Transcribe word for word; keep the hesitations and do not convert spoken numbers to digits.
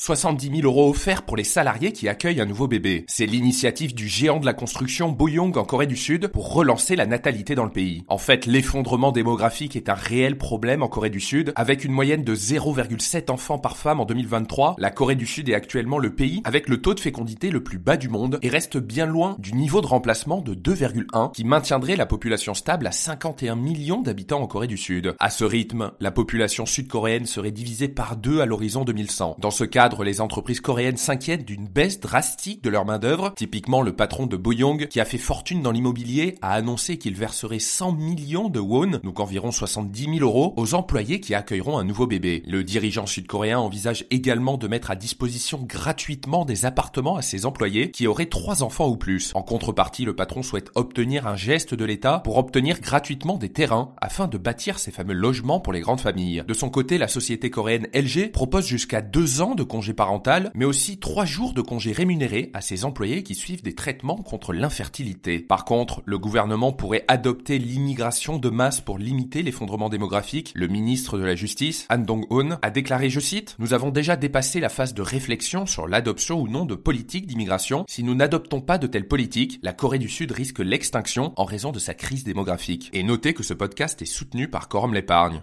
soixante-dix mille euros offerts pour les salariés qui accueillent un nouveau bébé. C'est l'initiative du géant de la construction Boyoung en Corée du Sud pour relancer la natalité dans le pays. En fait, l'effondrement démographique est un réel problème en Corée du Sud. Avec une moyenne de zéro virgule sept enfants par femme en deux mille vingt-trois, la Corée du Sud est actuellement le pays avec le taux de fécondité le plus bas du monde et reste bien loin du niveau de remplacement de deux virgule un qui maintiendrait la population stable à cinquante et un millions d'habitants en Corée du Sud. À ce rythme, la population sud-coréenne serait divisée par deux à l'horizon deux mille cent. Dans ce cadre, les entreprises coréennes s'inquiètent d'une baisse drastique de leur main-d'œuvre. Typiquement, le patron de Boyoung, qui a fait fortune dans l'immobilier, a annoncé qu'il verserait cent millions de won, donc environ soixante-dix mille euros, aux employés qui accueilleront un nouveau bébé. Le dirigeant sud-coréen envisage également de mettre à disposition gratuitement des appartements à ses employés qui auraient trois enfants ou plus. En contrepartie, le patron souhaite obtenir un geste de l'État pour obtenir gratuitement des terrains afin de bâtir ces fameux logements pour les grandes familles. De son côté, la société coréenne L G propose jusqu'à deux ans de congé parental, mais aussi trois jours de congé rémunéré à ses employés qui suivent des traitements contre l'infertilité. Par contre, le gouvernement pourrait adopter l'immigration de masse pour limiter l'effondrement démographique. Le ministre de la Justice, Han Dong-hoon, a déclaré, je cite, « Nous avons déjà dépassé la phase de réflexion sur l'adoption ou non de politiques d'immigration. Si nous n'adoptons pas de telles politiques, la Corée du Sud risque l'extinction en raison de sa crise démographique. » Et notez que ce podcast est soutenu par Quorum l'épargne.